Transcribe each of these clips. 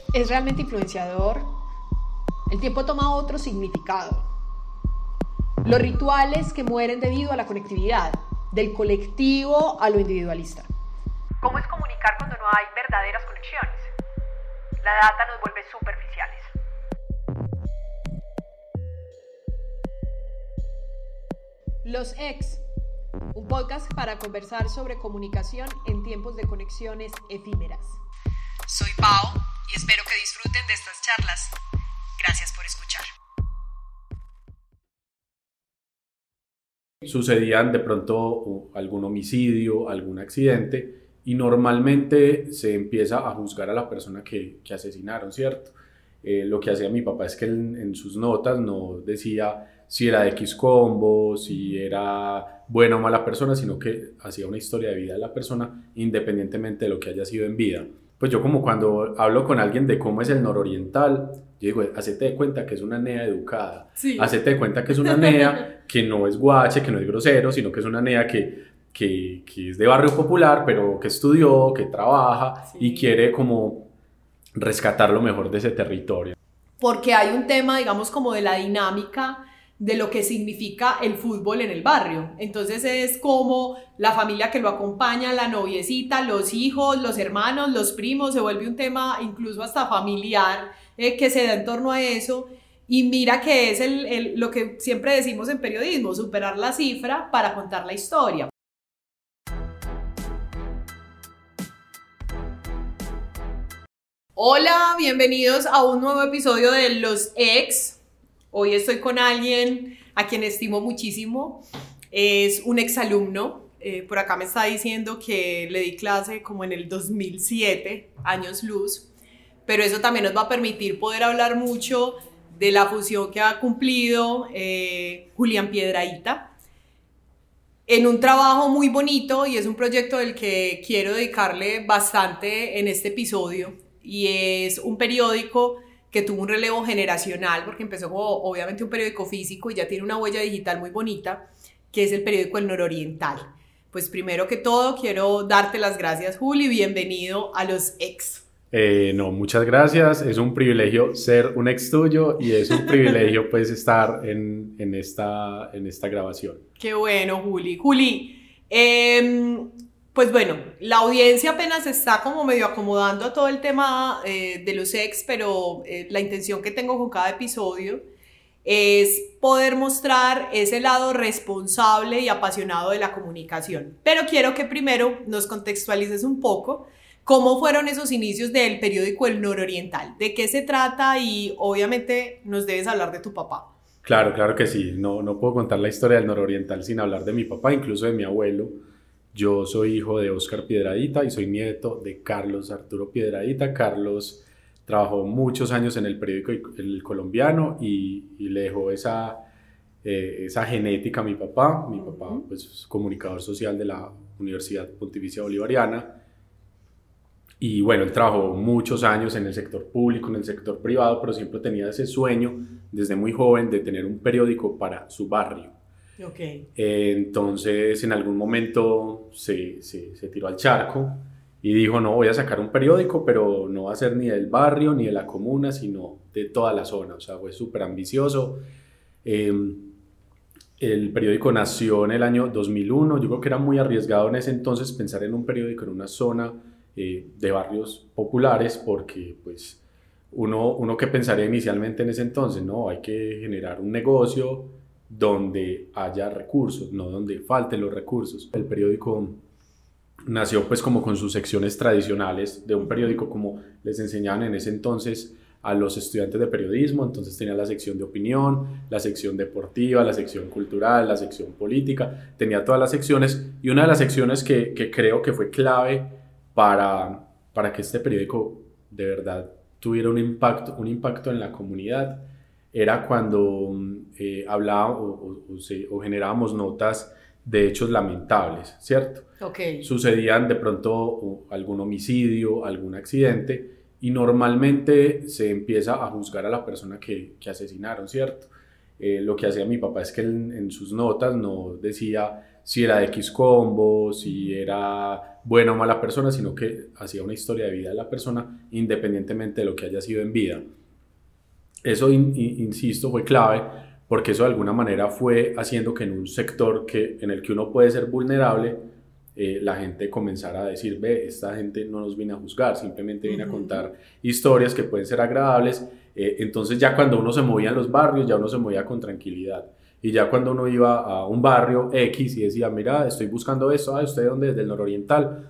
es realmente influenciador, el tiempo toma otro significado. Los rituales que mueren debido a la conectividad, del colectivo a lo individualista. ¿Cómo es comunicar cuando no hay verdaderas conexiones? La data nos vuelve superficiales. Los Ex, un podcast para conversar sobre comunicación en tiempos de conexiones efímeras. Soy Pau y espero que disfruten de estas charlas. Gracias por escuchar. Sucedían de pronto algún homicidio, algún accidente, y normalmente se empieza a juzgar a la persona que asesinaron, ¿cierto? Lo que hacía mi papá es que en sus notas no decía si era de X combo, si era buena o mala persona, sino que hacía una historia de vida de la persona independientemente de lo que haya sido en vida. Pues yo, como cuando hablo con alguien de cómo es el nororiental, yo digo, hacete de cuenta que es una nea educada, sí. Hacete de cuenta que es una nea que no es guache, que no es grosero, sino que es una nea que es de barrio popular, pero que estudió, que trabaja, sí, y quiere como rescatar lo mejor de ese territorio. Porque hay un tema, digamos, como de la dinámica de lo que significa el fútbol en el barrio. Entonces es como la familia que lo acompaña, la noviecita, los hijos, los hermanos, los primos, se vuelve un tema incluso hasta familiar que se da en torno a eso. Y mira que es lo que siempre decimos en periodismo, superar la cifra para contar la historia. Hola, bienvenidos a un nuevo episodio de Los Ex. Hoy estoy con alguien a quien estimo muchísimo. Es un exalumno. Por acá me está diciendo que le di clase como en el 2007, años luz. Pero eso también nos va a permitir poder hablar mucho de la función que ha cumplido Julián Piedrahita en un trabajo muy bonito, y es un proyecto del que quiero dedicarle bastante en este episodio. Y es un periódico que tuvo un relevo generacional, porque empezó como obviamente un periódico físico y ya tiene una huella digital muy bonita, que es el periódico El Nororiental. Pues primero que todo quiero darte las gracias, Juli, bienvenido a Los Ex. No, muchas gracias, es un privilegio ser un ex tuyo y es un privilegio pues estar en esta grabación. Qué bueno, Juli. Pues bueno, la audiencia apenas está como medio acomodando a todo el tema de los ex, pero la intención que tengo con cada episodio es poder mostrar ese lado responsable y apasionado de la comunicación. Pero quiero que primero nos contextualices un poco cómo fueron esos inicios del periódico El Nororiental, de qué se trata, y obviamente nos debes hablar de tu papá. Claro que sí, no puedo contar la historia del Nororiental sin hablar de mi papá, incluso de mi abuelo. Yo soy hijo de Óscar Piedrahita y soy nieto de Carlos Arturo Piedrahita. Carlos trabajó muchos años en el periódico El Colombiano y le dejó esa genética a mi papá. Mi papá pues, es comunicador social de la Universidad Pontificia Bolivariana. Y bueno, él trabajó muchos años en el sector público, en el sector privado, pero siempre tenía ese sueño desde muy joven de tener un periódico para su barrio. Okay. Entonces en algún momento se tiró al charco y dijo, no, voy a sacar un periódico, pero no va a ser ni del barrio ni de la comuna, sino de toda la zona. O sea, fue súper ambicioso. El periódico nació en el año 2001. Yo creo que era muy arriesgado en ese entonces pensar en un periódico en una zona de barrios populares, porque pues uno que pensaría inicialmente en ese entonces, no, hay que generar un negocio donde haya recursos, no donde falten los recursos. El periódico nació pues como con sus secciones tradicionales de un periódico, como les enseñaban en ese entonces a los estudiantes de periodismo. Entonces tenía la sección de opinión, la sección deportiva, la sección cultural, la sección política, tenía todas las secciones, y una de las secciones que creo que fue clave para que este periódico de verdad tuviera un impacto en la comunidad era cuando hablaba o generábamos notas de hechos lamentables, ¿cierto? Okay. Sucedían de pronto algún homicidio, algún accidente, y normalmente se empieza a juzgar a la persona que asesinaron, ¿cierto? Lo que hacía mi papá es que en sus notas no decía si era de X combo, si era buena o mala persona, sino que hacía una historia de vida de la persona independientemente de lo que haya sido en vida. Eso, insisto, fue clave porque eso de alguna manera fue haciendo que en un sector en el que uno puede ser vulnerable, la gente comenzara a decir, ve, esta gente no nos viene a juzgar, simplemente viene a contar historias que pueden ser agradables. Entonces ya cuando uno se movía en los barrios, ya uno se movía con tranquilidad. Y ya cuando uno iba a un barrio X y decía, mira, estoy buscando esto, ¿usted de dónde? Desde el nororiental,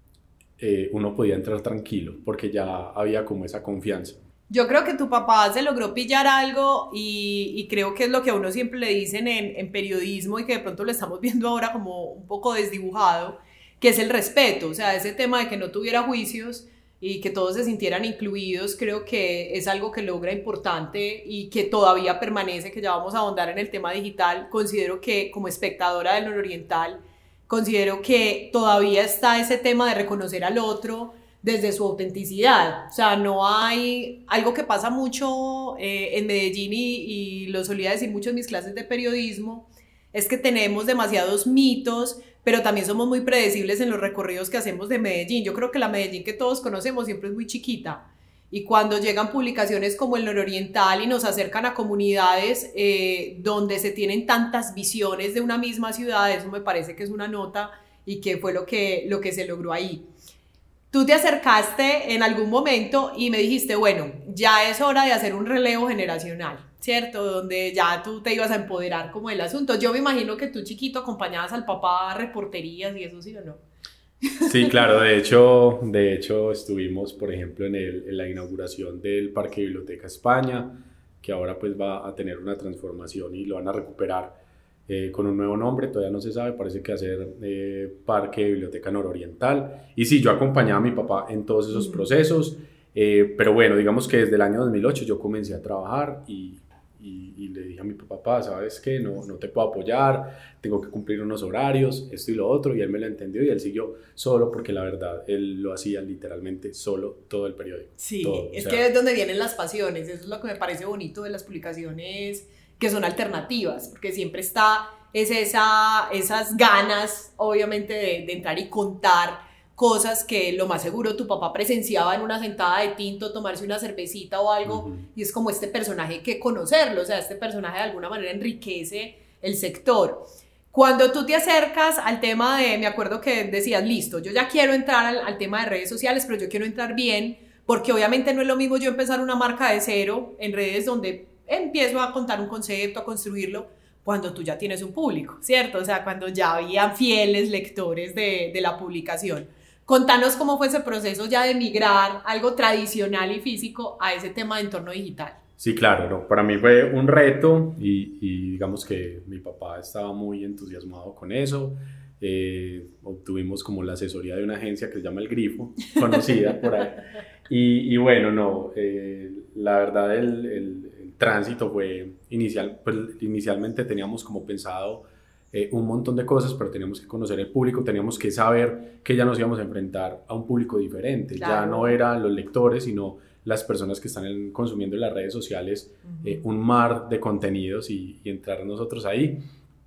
uno podía entrar tranquilo porque ya había como esa confianza. Yo creo que tu papá se logró pillar algo y creo que es lo que a uno siempre le dicen en periodismo y que de pronto lo estamos viendo ahora como un poco desdibujado, que es el respeto, o sea, ese tema de que no tuviera juicios y que todos se sintieran incluidos, creo que es algo que logra importante y que todavía permanece, que ya vamos a ahondar en el tema digital. Considero que como espectadora del nororiental, considero que todavía está ese tema de reconocer al otro desde su autenticidad, o sea, no hay algo que pasa mucho en Medellín y lo solía decir mucho en mis clases de periodismo, es que tenemos demasiados mitos, pero también somos muy predecibles en los recorridos que hacemos de Medellín. Yo creo que la Medellín que todos conocemos siempre es muy chiquita, y cuando llegan publicaciones como el nororiental y nos acercan a comunidades donde se tienen tantas visiones de una misma ciudad, eso me parece que es una nota y que fue lo que se logró ahí. Tú te acercaste en algún momento y me dijiste, bueno, ya es hora de hacer un relevo generacional, ¿cierto? Donde ya tú te ibas a empoderar como del asunto. Yo me imagino que tú chiquito acompañabas al papá a reporterías y eso, ¿sí o no? Sí, claro, de hecho estuvimos, por ejemplo, en la inauguración del Parque Biblioteca España, que ahora pues va a tener una transformación y lo van a recuperar con un nuevo nombre, todavía no se sabe, parece que va a ser Parque Biblioteca Nororiental. Y sí, yo acompañaba a mi papá en todos esos procesos, pero bueno, digamos que desde el año 2008 yo comencé a trabajar y le dije a mi papá, ¿sabes qué? No te puedo apoyar, tengo que cumplir unos horarios, esto y lo otro, y él me lo entendió y él siguió solo, porque la verdad, él lo hacía literalmente solo todo el periódico. Sí, todo, es que es donde vienen las pasiones, eso es lo que me parece bonito de las publicaciones que son alternativas, porque siempre es esas ganas, obviamente, de entrar y contar cosas que lo más seguro tu papá presenciaba en una sentada de tinto, tomarse una cervecita o algo, y es como este personaje que conocerlo, o sea, este personaje de alguna manera enriquece el sector. Cuando tú te acercas al tema me acuerdo que decías, listo, yo ya quiero entrar al tema de redes sociales, pero yo quiero entrar bien, porque obviamente no es lo mismo yo empezar una marca de cero en redes donde empiezo a contar un concepto, a construirlo, cuando tú ya tienes un público, ¿cierto? O sea, cuando ya había fieles lectores de la publicación. Contanos cómo fue ese proceso ya de migrar algo tradicional y físico a ese tema de entorno digital. Sí, claro, no, para mí fue un reto y digamos que mi papá estaba muy entusiasmado con eso. Obtuvimos como la asesoría de una agencia que se llama El Grifo, conocida por ahí. Y bueno, no, la verdad el tránsito fue inicialmente teníamos como pensado un montón de cosas, pero teníamos que conocer el público, teníamos que saber que ya nos íbamos a enfrentar a un público diferente, claro. Ya no eran los lectores, sino las personas que están consumiendo en las redes sociales un mar de contenidos y entrar nosotros ahí.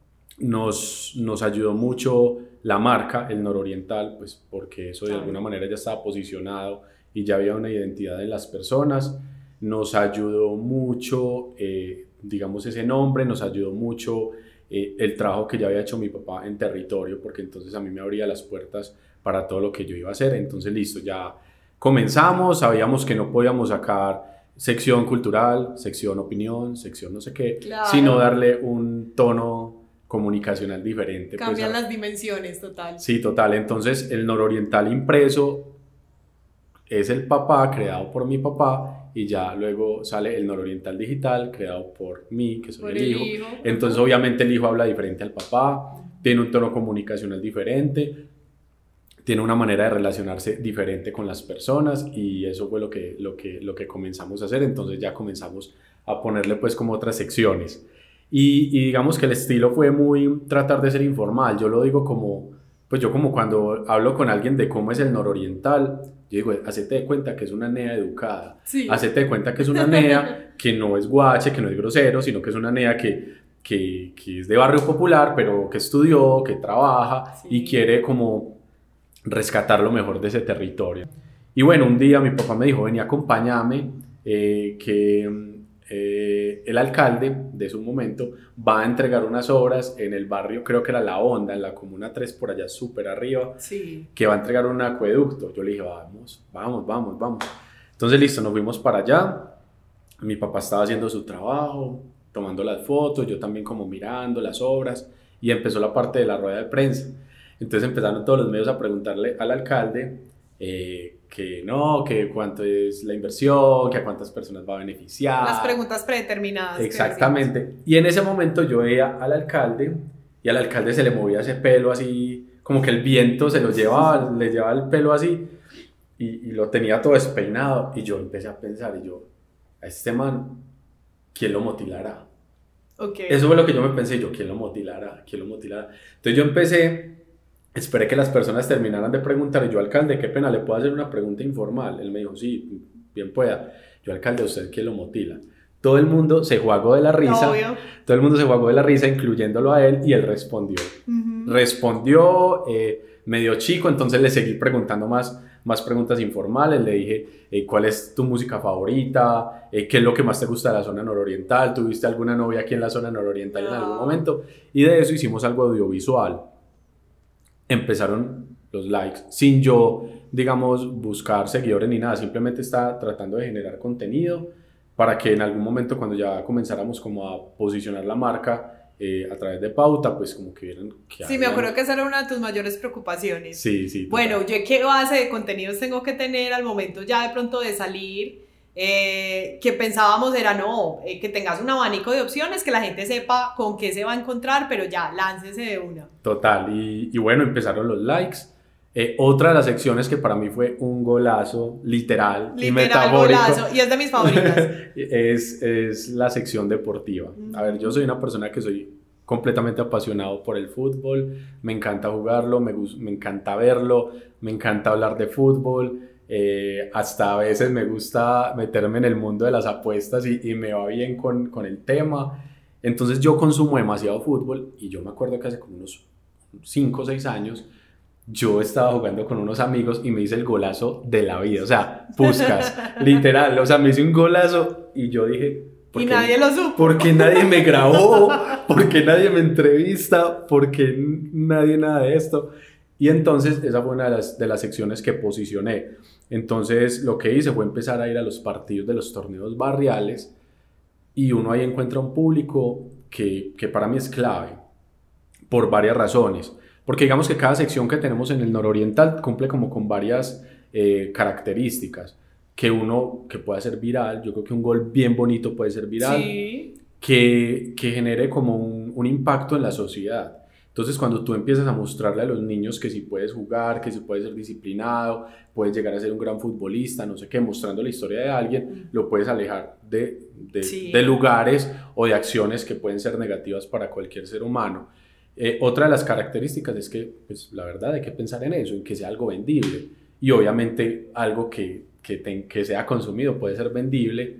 Nos ayudó mucho la marca, el nororiental, pues porque eso de alguna manera ya estaba posicionado y ya había una identidad en las personas. Nos ayudó mucho, digamos, ese nombre, nos ayudó mucho el trabajo que ya había hecho mi papá en territorio, porque entonces a mí me abría las puertas para todo lo que yo iba a hacer. Entonces, listo, ya comenzamos, sabíamos que no podíamos sacar sección cultural, sección opinión, sección no sé qué, claro, sino darle un tono comunicacional diferente. Cambian pues, las dimensiones, total. Sí, total. Entonces, el nororiental impreso es el papá, creado por mi papá, y ya luego sale el nororiental digital, creado por mí, que soy el hijo. Entonces, obviamente, el hijo habla diferente al papá, tiene un tono comunicacional diferente, tiene una manera de relacionarse diferente con las personas, y eso fue lo que comenzamos a hacer. Entonces, ya comenzamos a ponerle, pues, como otras secciones. Y digamos que el estilo fue muy tratar de ser informal. Yo lo digo como, pues yo como cuando hablo con alguien de cómo es el nororiental, yo digo, hacete de cuenta que es una nea educada, sí. Hacete de cuenta que es una nea que no es guache, que no es grosero, sino que es una nea que que es de barrio popular, pero que estudió, que trabaja y quiere como rescatar lo mejor de ese territorio. Y bueno, un día mi papá me dijo, vení, acompáñame, que el alcalde de su momento va a entregar unas obras en el barrio, creo que era La Honda, en la Comuna 3, por allá súper arriba, que va a entregar un acueducto. Yo le dije, vamos. Entonces listo, nos fuimos para allá, mi papá estaba haciendo su trabajo, tomando las fotos, yo también como mirando las obras, y empezó la parte de la rueda de prensa. Entonces empezaron todos los medios a preguntarle al alcalde que cuánto es la inversión, que a cuántas personas va a beneficiar. Las preguntas predeterminadas. Exactamente. Y en ese momento yo veía al alcalde y al alcalde se le movía ese pelo así, como que el viento se lo llevaba, le llevaba el pelo así y lo tenía todo despeinado. Y yo empecé a pensar, a este man, ¿quién lo motilará? Okay. Eso fue lo que yo me pensé, ¿quién lo motilará? Entonces yo esperé que las personas terminaran de preguntar y yo, alcalde, qué pena, ¿le puedo hacer una pregunta informal? Él me dijo, sí, bien pueda. Yo, alcalde, ¿usted quién lo motila? Todo el mundo se jugó de la risa. Obvio. Todo el mundo se jugó de la risa, incluyéndolo a él, y él respondió. Respondió medio chico, entonces le seguí preguntando más preguntas informales. Le dije, ¿cuál es tu música favorita? ¿Qué es lo que más te gusta de la zona nororiental? ¿Tuviste alguna novia aquí en la zona nororiental en algún momento? Y de eso hicimos algo audiovisual. Empezaron los likes, sin yo, digamos, buscar seguidores ni nada, simplemente estaba tratando de generar contenido para que en algún momento, cuando ya comenzáramos como a posicionar la marca a través de pauta, pues como que vieran que sí, me acuerdo que esa era una de tus mayores preocupaciones. Sí. Bueno, yo qué base de contenidos tengo que tener al momento ya de pronto de salir, que pensábamos era que tengas un abanico de opciones, que la gente sepa con qué se va a encontrar, pero ya, láncese de una. Total, y bueno, empezaron los likes. Otra de las secciones que para mí fue un golazo, literal y metafórico, golazo, y es de mis favoritas. es la sección deportiva. A ver, yo soy una persona que soy completamente apasionado por el fútbol, me encanta jugarlo, me encanta verlo, me encanta hablar de fútbol. Hasta a veces me gusta meterme en el mundo de las apuestas y me va bien con el tema. Entonces yo consumo demasiado fútbol y yo me acuerdo que hace como unos 5 o 6 años yo estaba jugando con unos amigos y me hice el golazo de la vida, o sea, Puskás, literal, o sea, me hice un golazo y yo dije, y nadie lo supo. ¿Por qué nadie me grabó? ¿Por qué nadie me entrevista? ¿Por qué nadie nada de esto? Y entonces esa fue una de las secciones que posicioné. Entonces lo que hice fue empezar a ir a los partidos de los torneos barriales y uno ahí encuentra un público que para mí es clave por varias razones. Porque digamos que cada sección que tenemos en el nororiental cumple como con varias características. Que pueda ser viral, yo creo que un gol bien bonito puede ser viral. Sí. Que genere como un impacto en la sociedad. Entonces cuando tú empiezas a mostrarle a los niños que si puedes jugar, que si puedes ser disciplinado, puedes llegar a ser un gran futbolista, no sé qué, mostrando la historia de alguien, lo puedes alejar de lugares o de acciones que pueden ser negativas para cualquier ser humano. Otra de las características es que, pues, la verdad hay que pensar en eso, en que sea algo vendible y obviamente algo que sea consumido puede ser vendible.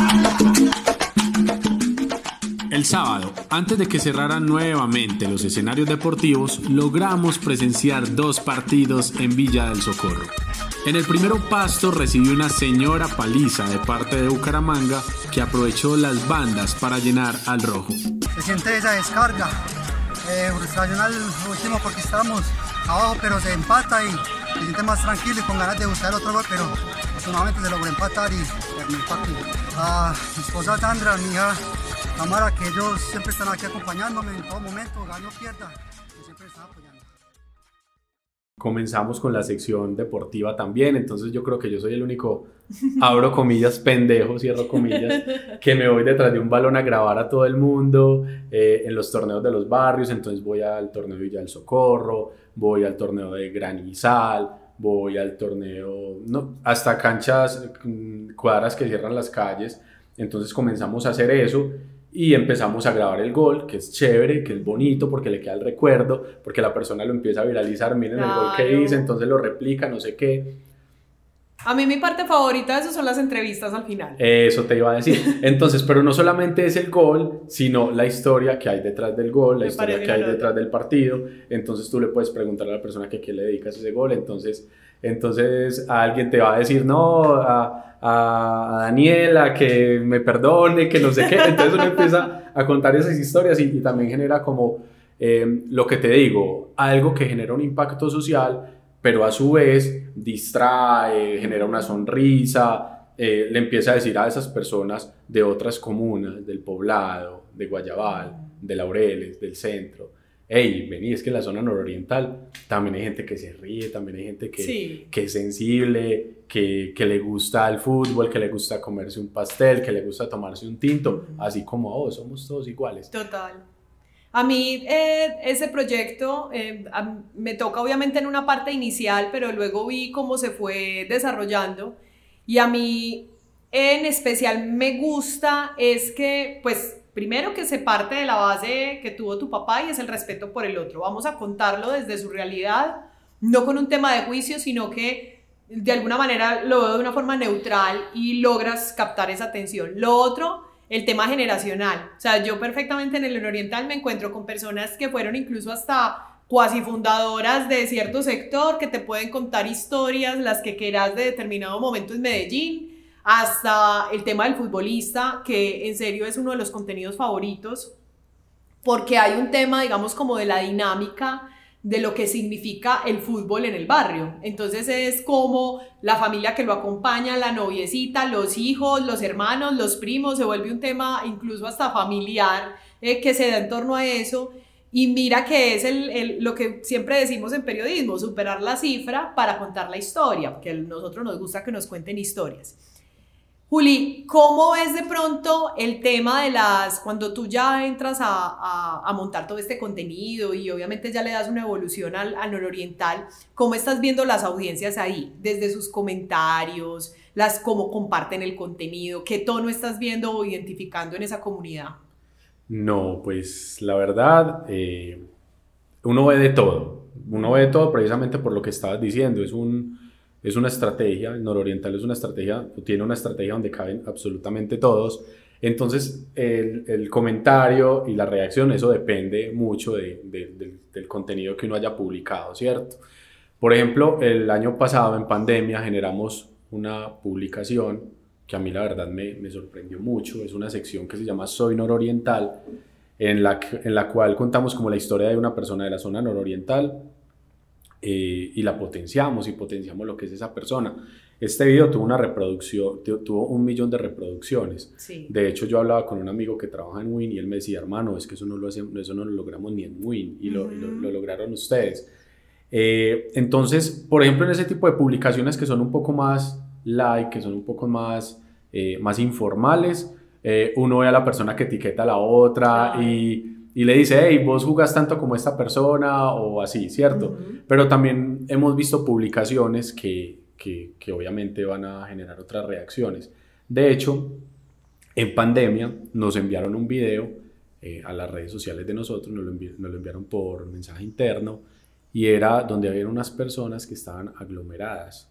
El sábado, antes de que cerraran nuevamente los escenarios deportivos, logramos presenciar 2 partidos en Villa del Socorro. En el primero, Pasto recibió una señora paliza de parte de Bucaramanga, que aprovechó las bandas para llenar al rojo. Se siente esa descarga, frustración al último porque estábamos abajo, pero se empata y se siente más tranquilo y con ganas de buscar otro gol, pero afortunadamente se logró empatar y terminó el partido. A mi esposa Sandra, mi hija Tamara, que ellos siempre están aquí acompañándome en todo momento, gane o pierda, que siempre están apoyando. Comenzamos con la sección deportiva también, entonces yo creo que yo soy el único, abro comillas, pendejo, cierro comillas, que me voy detrás de un balón a grabar a todo el mundo en los torneos de los barrios. Entonces voy al torneo de Villa del Socorro, voy al torneo de Granizal, voy al torneo, hasta canchas, cuadras que cierran las calles. Entonces comenzamos a hacer eso y empezamos a grabar el gol, que es chévere, que es bonito porque le queda el recuerdo, porque la persona lo empieza a viralizar, miren el gol que hice, entonces lo replica, no sé qué. A mí mi parte favorita de eso son las entrevistas al final. Eso te iba a decir. Entonces, pero no solamente es el gol, sino la historia que hay detrás del gol, la historia que hay detrás del partido. Entonces tú le puedes preguntar a la persona que a quién le dedicas ese gol. Entonces a alguien te va a decir, no, a Daniela, que me perdone, que no sé qué. Entonces uno empieza a contar esas historias y también genera como, lo que te digo, algo que genera un impacto social, pero a su vez distrae, genera una sonrisa, le empieza a decir a esas personas de otras comunas, del Poblado, de Guayabal, de Laureles, del centro, hey, vení, es que en la zona nororiental también hay gente que se ríe, también hay gente que es sensible, que le gusta el fútbol, que le gusta comerse un pastel, que le gusta tomarse un tinto, así como a vos, somos todos iguales. Total. A mí ese proyecto me toca obviamente en una parte inicial, pero luego vi cómo se fue desarrollando y a mí en especial me gusta es que, pues, primero que se parte de la base que tuvo tu papá y es el respeto por el otro. Vamos a contarlo desde su realidad, no con un tema de juicio, sino que de alguna manera lo veo de una forma neutral y logras captar esa atención. Lo otro, el tema generacional. O sea, yo perfectamente en el Nororiental me encuentro con personas que fueron incluso hasta cuasi fundadoras de cierto sector, que te pueden contar historias, las que quieras de determinado momento en Medellín, hasta el tema del futbolista, que en serio es uno de los contenidos favoritos, porque hay un tema, digamos, como de la dinámica de lo que significa el fútbol en el barrio. Entonces es como la familia que lo acompaña, la noviecita, los hijos, los hermanos, los primos, se vuelve un tema incluso hasta familiar que se da en torno a eso. Y mira que es lo que siempre decimos en periodismo, superar la cifra para contar la historia, porque a nosotros nos gusta que nos cuenten historias. Juli, ¿cómo ves de pronto el tema de cuando tú ya entras a montar todo este contenido y obviamente ya le das una evolución al nororiental? ¿Cómo estás viendo las audiencias ahí? Desde sus comentarios, cómo comparten el contenido, ¿qué tono estás viendo o identificando en esa comunidad? No, pues la verdad, uno ve de todo precisamente por lo que estabas diciendo, es una estrategia, el nororiental es una estrategia, tiene una estrategia donde caben absolutamente todos, entonces el comentario y la reacción, eso depende mucho del contenido que uno haya publicado, ¿cierto? Por ejemplo, el año pasado en pandemia generamos una publicación que a mí la verdad me sorprendió mucho, es una sección que se llama Soy Nororiental, en la cual contamos como la historia de una persona de la zona nororiental, y la potenciamos lo que es esa persona. Este video tuvo una reproducción, tuvo 1 millón de reproducciones. Sí. De hecho, yo hablaba con un amigo que trabaja en Win y él me decía, hermano, es que eso no lo logramos ni en Win, y lo lograron ustedes. Entonces, por ejemplo, en ese tipo de publicaciones que son un poco más light, que son un poco más informales, uno ve a la persona que etiqueta a la otra y le dice, hey, vos jugás tanto como esta persona o así, ¿cierto? Pero también hemos visto publicaciones que obviamente van a generar otras reacciones. De hecho, en pandemia nos enviaron un video a las redes sociales de nosotros, nos lo enviaron por mensaje interno y era donde había unas personas que estaban aglomeradas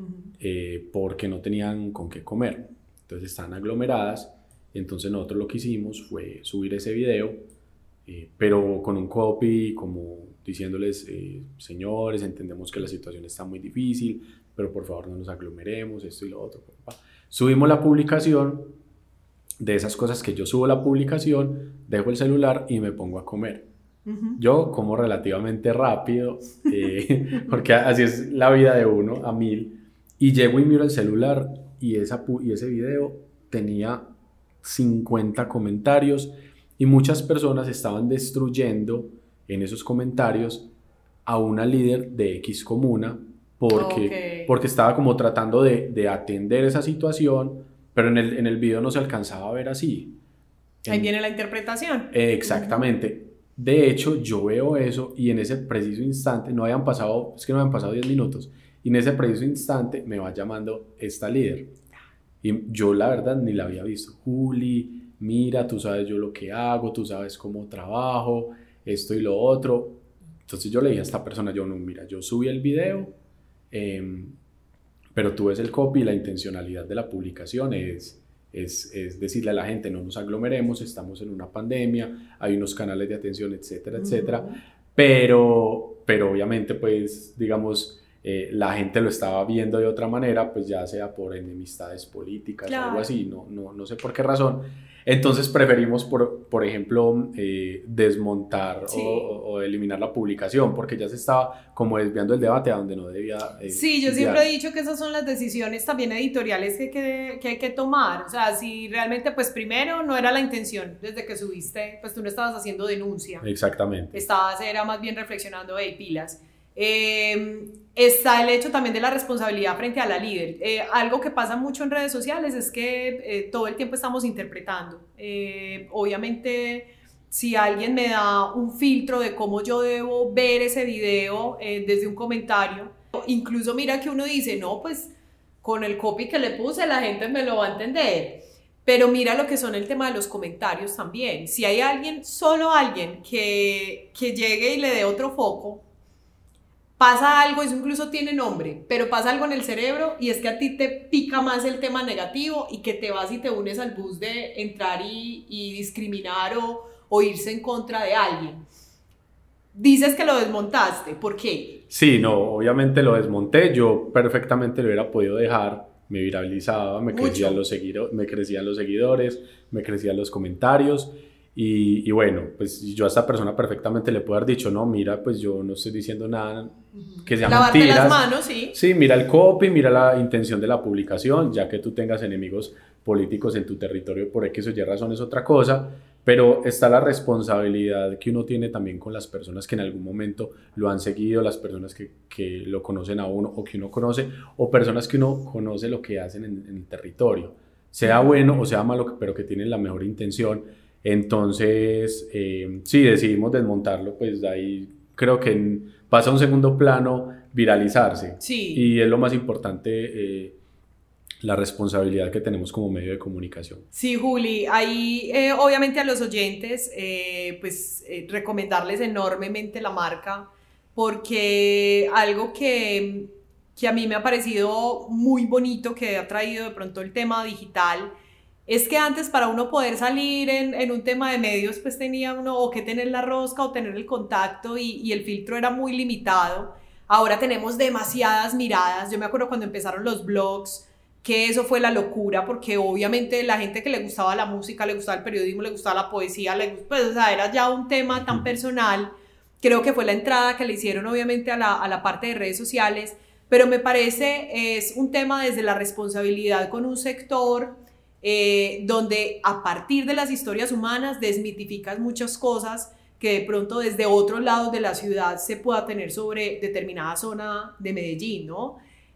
porque no tenían con qué comer. Entonces estaban aglomeradas y entonces nosotros lo que hicimos fue subir ese video, pero con un copy como diciéndoles, señores, entendemos que la situación está muy difícil, pero por favor no nos aglomeremos, esto y lo otro. Subimos la publicación, de esas cosas que yo subo la publicación, dejo el celular y me pongo a comer. Yo como relativamente rápido, porque así es la vida de uno, a 1000, y llego y miro el celular y ese video tenía 50 comentarios y muchas personas estaban destruyendo en esos comentarios a una líder de X comuna porque estaba como tratando de atender esa situación, pero en el video no se alcanzaba a ver así. Ahí viene la interpretación. Exactamente. De hecho, yo veo eso y en ese preciso instante, no habían pasado 10 minutos, y en ese preciso instante me va llamando esta líder. Y yo la verdad ni la había visto. Juli, mira, tú sabes yo lo que hago, tú sabes cómo trabajo, esto y lo otro. Entonces yo le dije a esta persona, yo subí el video, pero tú ves el copy, la intencionalidad de la publicación es decirle a la gente no nos aglomeremos, estamos en una pandemia, hay unos canales de atención, etcétera, etcétera, pero obviamente pues digamos la gente lo estaba viendo de otra manera, pues ya sea por enemistades políticas o algo así, no sé por qué razón. Entonces preferimos, por ejemplo, desmontar o eliminar la publicación, porque ya se estaba como desviando el debate a donde no debía. Sí, yo siempre he dicho que esas son las decisiones también editoriales que hay que tomar. O sea, si realmente, pues primero no era la intención desde que subiste, pues tú no estabas haciendo denuncia. Exactamente. Era más bien reflexionando, pilas. Está el hecho también de la responsabilidad frente a la líder. Algo que pasa mucho en redes sociales es que todo el tiempo estamos interpretando. Obviamente, si alguien me da un filtro de cómo yo debo ver ese video desde un comentario, incluso mira que uno dice, no, pues con el copy que le puse la gente me lo va a entender. Pero mira lo que son el tema de los comentarios también. Si hay alguien, solo alguien que llegue y le dé otro foco, pasa algo, eso incluso tiene nombre, pero pasa algo en el cerebro y es que a ti te pica más el tema negativo y que te vas y te unes al bus de entrar y discriminar o irse en contra de alguien. Dices que lo desmontaste, ¿por qué? Sí, no, obviamente lo desmonté, yo perfectamente lo hubiera podido dejar, me viralizaba, me crecían los seguidores, me crecían los comentarios. Y bueno, pues yo a esta persona perfectamente le puedo haber dicho, no, mira, pues yo no estoy diciendo nada que sea lavarte mentiras. Las manos, sí. Sí, mira el copy, mira la intención de la publicación, ya que tú tengas enemigos políticos en tu territorio por X o Y razón es otra cosa, pero está la responsabilidad que uno tiene también con las personas que en algún momento lo han seguido, las personas que lo conocen a uno o que uno conoce, o personas que uno conoce lo que hacen en el territorio, sea bueno o sea malo, pero que tienen la mejor intención. Entonces, sí, decidimos desmontarlo, pues de ahí creo que pasa a un segundo plano viralizarse. Sí. Y es lo más importante, la responsabilidad que tenemos como medio de comunicación. Sí, Juli, ahí obviamente a los oyentes, recomendarles enormemente la marca, porque algo que a mí me ha parecido muy bonito que ha traído de pronto el tema digital, es que antes para uno poder salir en un tema de medios, pues tenía uno o que tener la rosca o tener el contacto y el filtro era muy limitado. Ahora tenemos demasiadas miradas. Yo me acuerdo cuando empezaron los blogs, que eso fue la locura, porque obviamente la gente que le gustaba la música, le gustaba el periodismo, le gustaba la poesía, pues, o sea, era ya un tema tan personal. Creo que fue la entrada que le hicieron obviamente a la parte de redes sociales, pero me parece es un tema desde la responsabilidad con un sector donde a partir de las historias humanas desmitificas muchas cosas que de pronto desde otros lados de la ciudad se pueda tener sobre determinada zona de Medellín, ¿no?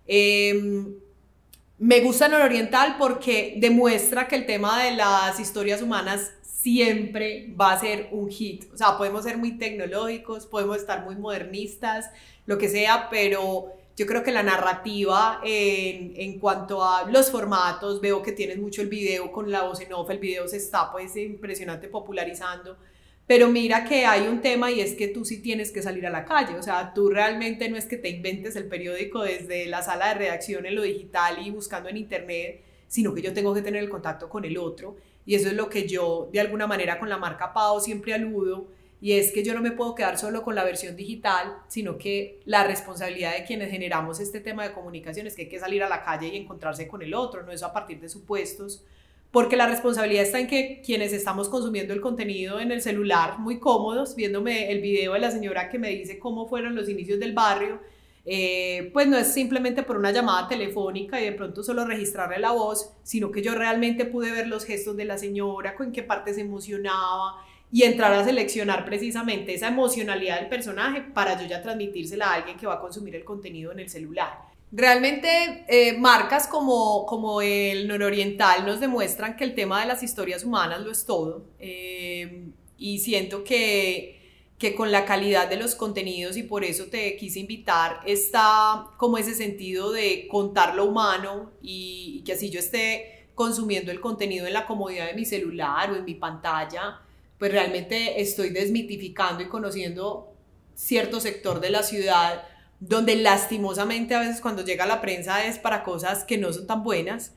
Me gusta Nororiental porque demuestra que el tema de las historias humanas siempre va a ser un hit. O sea, podemos ser muy tecnológicos, podemos estar muy modernistas, lo que sea, pero yo creo que la narrativa en cuanto a los formatos, veo que tienes mucho el video con la voz en off, el video se está pues impresionante popularizando, pero mira que hay un tema y es que tú sí tienes que salir a la calle, o sea, tú realmente no es que te inventes el periódico desde la sala de redacción en lo digital y buscando en internet, sino que yo tengo que tener el contacto con el otro, y eso es lo que yo de alguna manera con la marca Pao siempre aludo, y es que yo no me puedo quedar solo con la versión digital, sino que la responsabilidad de quienes generamos este tema de comunicación es que hay que salir a la calle y encontrarse con el otro, no es a partir de supuestos, porque la responsabilidad está en que quienes estamos consumiendo el contenido en el celular, muy cómodos, viéndome el video de la señora que me dice cómo fueron los inicios del barrio, pues no es simplemente por una llamada telefónica y de pronto solo registrarle la voz, sino que yo realmente pude ver los gestos de la señora, con qué parte se emocionaba, y entrar a seleccionar precisamente esa emocionalidad del personaje para yo ya transmitírsela a alguien que va a consumir el contenido en el celular. Realmente marcas como el Nororiental nos demuestran que el tema de las historias humanas lo es todo, y siento que con la calidad de los contenidos, y por eso te quise invitar, está como ese sentido de contar lo humano y que así yo esté consumiendo el contenido en la comodidad de mi celular o en mi pantalla, pues realmente estoy desmitificando y conociendo cierto sector de la ciudad, donde lastimosamente a veces cuando llega la prensa es para cosas que no son tan buenas,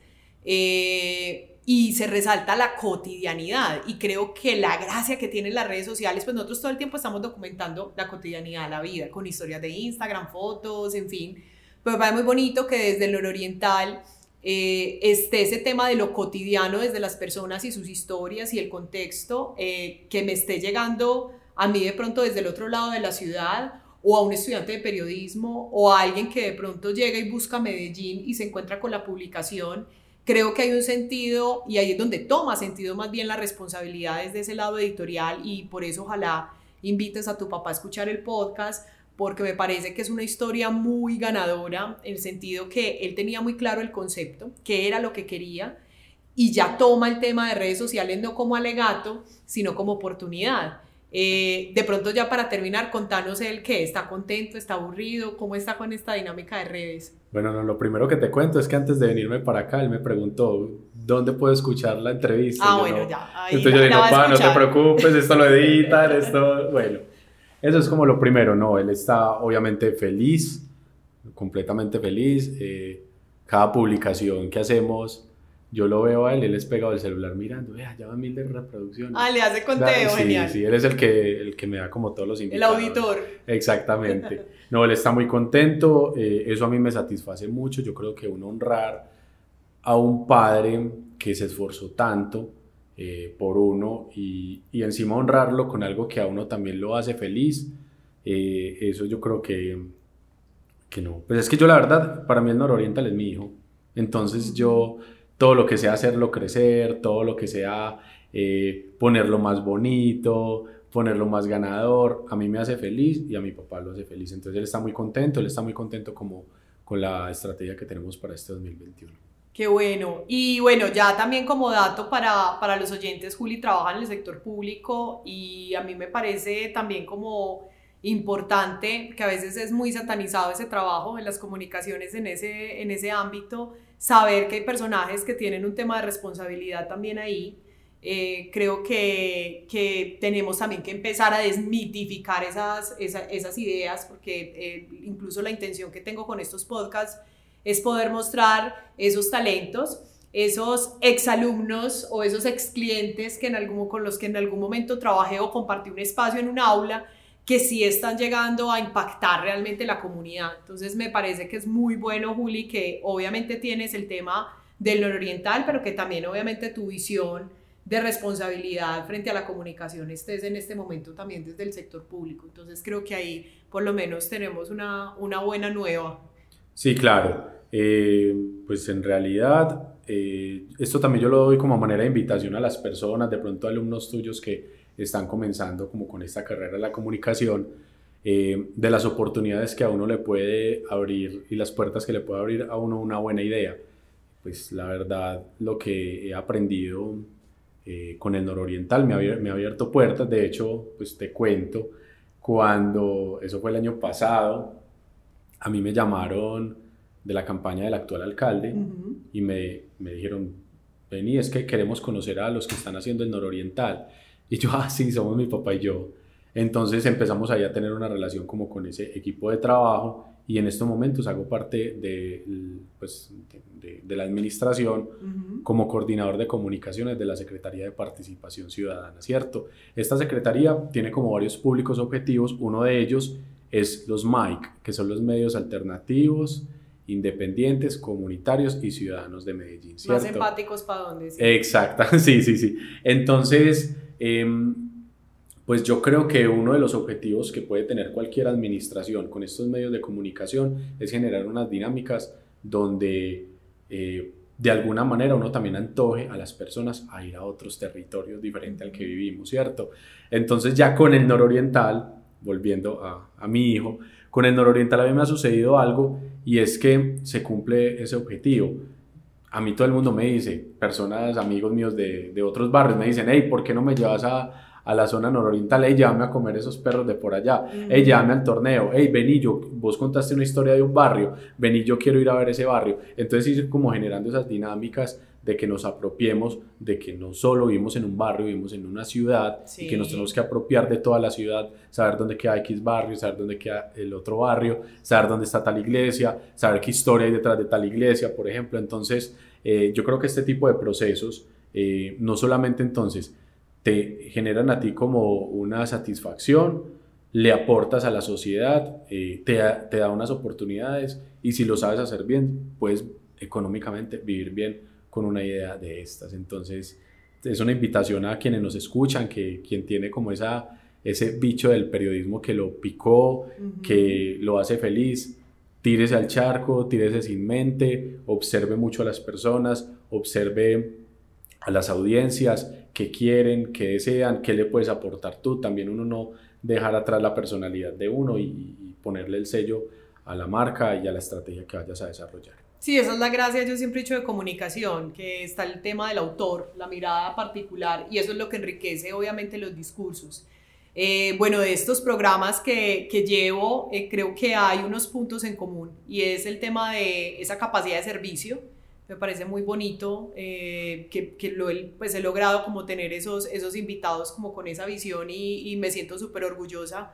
y se resalta la cotidianidad, y creo que la gracia que tienen las redes sociales, pues nosotros todo el tiempo estamos documentando la cotidianidad de la vida, con historias de Instagram, fotos, en fin, pero me parece muy bonito que desde el nororiental esté ese tema de lo cotidiano desde las personas y sus historias y el contexto, que me esté llegando a mí de pronto desde el otro lado de la ciudad, o a un estudiante de periodismo, o a alguien que de pronto llega y busca Medellín y se encuentra con la publicación. Creo que hay un sentido, y ahí es donde toma sentido más bien la responsabilidad desde ese lado editorial, y por eso ojalá invites a tu papá a escuchar el podcast, porque me parece que es una historia muy ganadora, en el sentido que él tenía muy claro el concepto, qué era lo que quería, y ya toma el tema de redes sociales no como alegato, sino como oportunidad. De pronto, ya para terminar, contanos él qué, ¿está contento, está aburrido? ¿Cómo está con esta dinámica de redes? Bueno, no, lo primero que te cuento es que antes de venirme para acá, él me preguntó, ¿dónde puedo escuchar la entrevista? Ah, yo bueno, no. ya. Ahí entonces yo dije, papá, no te preocupes, esto lo editan, esto, bueno. Eso es como lo primero, ¿no? Él está obviamente feliz, completamente feliz. Cada publicación que hacemos, yo lo veo a él, él es pegado al celular mirando, ya van 1000 de reproducciones. Ah, le hace conteo, sí, genial. Sí, él es el que me da como todos los invitados. El auditor. Exactamente. No, él está muy contento, eso a mí me satisface mucho. Yo creo que uno honrar a un padre que se esforzó tanto por uno y encima honrarlo con algo que a uno también lo hace feliz, eso yo creo que no. Pues es que yo la verdad, para mí el nororiental es mi hijo, entonces yo todo lo que sea hacerlo crecer, todo lo que sea ponerlo más bonito, ponerlo más ganador, a mí me hace feliz y a mi papá lo hace feliz, entonces él está muy contento como con la estrategia que tenemos para este 2021. Qué bueno. Y bueno, ya también como dato para los oyentes, Juli trabaja en el sector público, y a mí me parece también como importante, que a veces es muy satanizado ese trabajo en las comunicaciones en ese ámbito, saber que hay personajes que tienen un tema de responsabilidad también ahí. Creo que tenemos también que empezar a desmitificar esas ideas, porque incluso la intención que tengo con estos podcasts es poder mostrar esos talentos, esos exalumnos o esos exclientes con los que en algún momento trabajé o compartí un espacio en un aula, que sí están llegando a impactar realmente la comunidad. Entonces me parece que es muy bueno, Juli, que obviamente tienes el tema del nororiental, pero que también obviamente tu visión de responsabilidad frente a la comunicación estés en este momento también desde el sector público. Entonces creo que ahí por lo menos tenemos una buena nueva. Sí, claro. Pues en realidad esto también yo lo doy como manera de invitación a las personas, de pronto alumnos tuyos que están comenzando como con esta carrera de la comunicación, de las oportunidades que a uno le puede abrir y las puertas que le puede abrir a uno una buena idea. Pues la verdad, lo que he aprendido con el nororiental me ha abierto puertas. De hecho, pues te cuento, cuando eso fue el año pasado, a mí me llamaron de la campaña del actual alcalde y me dijeron, vení, es que queremos conocer a los que están haciendo el nororiental. Y yo, sí, somos mi papá y yo. Entonces empezamos ahí a tener una relación como con ese equipo de trabajo, y en estos momentos hago parte de la administración como coordinador de comunicaciones de la Secretaría de Participación Ciudadana, ¿cierto? Esta secretaría tiene como varios públicos objetivos. Uno de ellos es los MAIC, que son los medios alternativos, independientes, comunitarios y ciudadanos de Medellín, ¿cierto? Más empáticos para dónde. Sí. Exacto, sí. Entonces, pues yo creo que uno de los objetivos que puede tener cualquier administración con estos medios de comunicación es generar unas dinámicas donde de alguna manera uno también antoje a las personas a ir a otros territorios diferentes al que vivimos, ¿cierto? Entonces ya con el nororiental, volviendo a mi hijo, con el nororiental a mí me ha sucedido algo, y es que se cumple ese objetivo. A mí todo el mundo me dice, personas, amigos míos de otros barrios me dicen, hey, ¿por qué no me llevas a la zona nororiental? Hey, llévame a comer esos perros de por allá. Hey, llévame al torneo. Hey, vení, vos contaste una historia de un barrio, vení, yo quiero ir a ver ese barrio. Entonces ir como generando esas dinámicas de que nos apropiemos de que no solo vivimos en un barrio, vivimos en una ciudad, Sí. y que nos tenemos que apropiar de toda la ciudad, saber dónde queda X barrio, saber dónde queda el otro barrio, saber dónde está tal iglesia, saber qué historia hay detrás de tal iglesia, por ejemplo. Entonces, yo creo que este tipo de procesos no solamente entonces te generan a ti como una satisfacción, le aportas a la sociedad, te da unas oportunidades, y si lo sabes hacer bien, puedes económicamente vivir bien con una idea de estas. Entonces es una invitación a quienes nos escuchan, que quien tiene como ese bicho del periodismo que lo picó, que lo hace feliz, tírese al charco, tírese sin mente, observe mucho a las personas, observe a las audiencias, qué quieren, qué desean, qué le puedes aportar tú. También uno no dejar atrás la personalidad de uno y ponerle el sello a la marca y a la estrategia que vayas a desarrollar. Sí, esa es la gracia, yo siempre he dicho, de comunicación, que está el tema del autor, la mirada particular, y eso es lo que enriquece obviamente los discursos. Bueno, de estos programas que llevo, creo que hay unos puntos en común, y es el tema de esa capacidad de servicio. Me parece muy bonito que pues he logrado como tener esos invitados como con esa visión, y me siento súper orgullosa.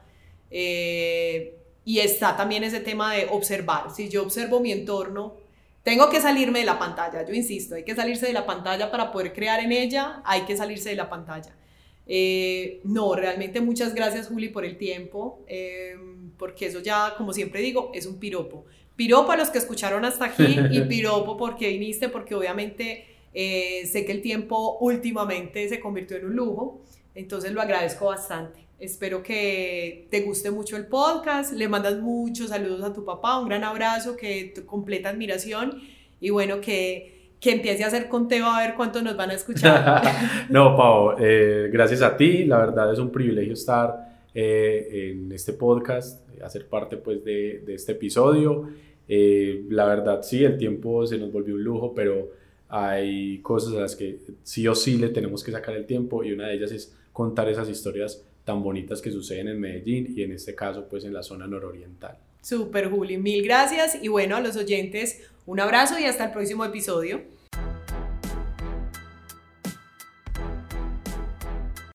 Y está también ese tema de observar. Si yo observo mi entorno, tengo que salirme de la pantalla. Yo insisto, hay que salirse de la pantalla para poder crear en ella, hay que salirse de la pantalla. No, realmente muchas gracias, Juli, por el tiempo, porque eso ya, como siempre digo, es un piropo. Piropo a los que escucharon hasta aquí, y piropo porque viniste, porque obviamente sé que el tiempo últimamente se convirtió en un lujo, entonces lo agradezco bastante. Espero que te guste mucho el podcast, le mandas muchos saludos a tu papá, un gran abrazo, que completa admiración, y bueno, que empiece a hacer conteo a ver cuántos nos van a escuchar. No, Pau, gracias a ti, la verdad es un privilegio estar en este podcast, hacer parte pues de este episodio. La verdad sí, el tiempo se nos volvió un lujo, pero hay cosas a las que sí o sí le tenemos que sacar el tiempo, y una de ellas es contar esas historias tan bonitas que suceden en Medellín, y en este caso pues en la zona nororiental. Súper, Juli, mil gracias, y bueno, a los oyentes un abrazo y hasta el próximo episodio.